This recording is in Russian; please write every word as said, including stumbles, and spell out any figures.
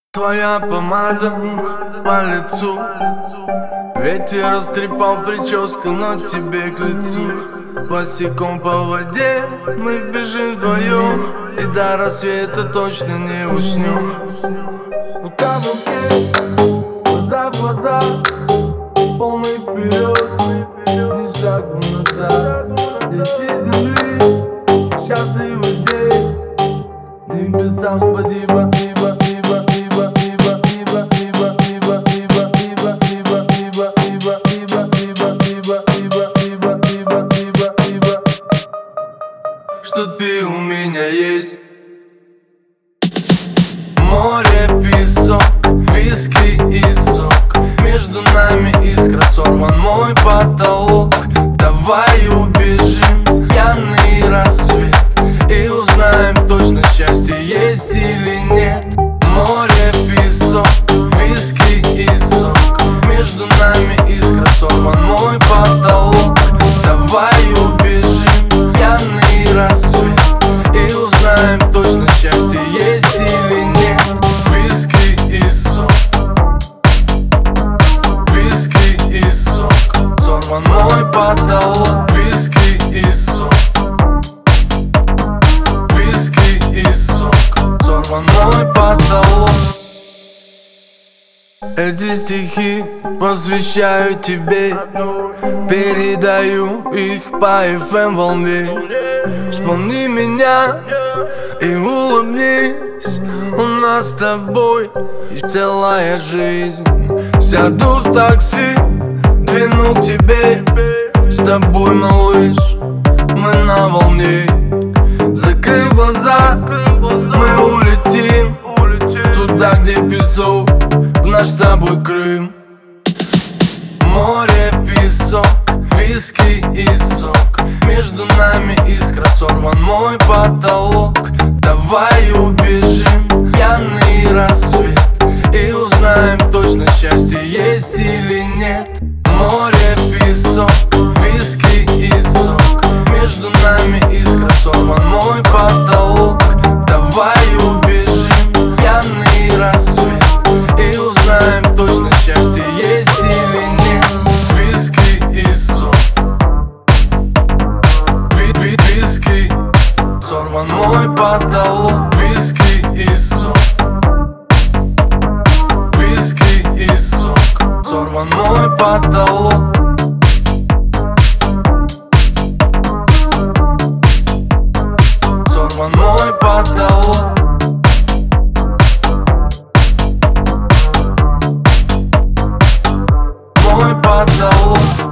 Твоя помада по лицу, ветер растрепал прическу, но тебе к лицу. Босиком по воде мы бежим вдвоем, и до рассвета точно не уснем. Рука в руке, глаза в глаза, полный вперед, ни шагу назад. Дети земли, счастливы здесь, небесам спасибо. Что ты у меня есть. Море, песок, виски и сок, между нами искра, сорван мой потолок. Давай убежим в пьяный рассвет и узнаем точно, счастье есть или нет. Море, песок, виски и сок, между нами искра, сорван мой потолок. Давай убежим в пьяный рассвет и узнаем точно, счастье есть или нет. Виски и сок, виски и сок, сорван мой потолок. Виски и сок, виски и сок, сорван мой потолок. Эти стихи посвящаю тебе, передаю их по эф эм волне. Вспомни меня и улыбнись, у нас с тобой целая жизнь. Сяду в такси, двину к тебе, с тобой, малыш, мы на волне. Закрыв глаза, мы улетим туда, где песок, в наш с тобой Крым. Море, песок, виски и сок, между нами искра, сорван мой потолок. Давай убежим в пьяный рассвет и узнаем точно, счастье есть или нет. Море, песок, виски и сок, между нами искра, сорван мой потолок. Давай убежим в пьяный рассвет и узнаем точно, счастье есть или нет. Виски и сок, виски, сорван мой потолок. Виски и сок, виски и сок, сорван мой потолок. Сорван мой потолок. Мой потолок.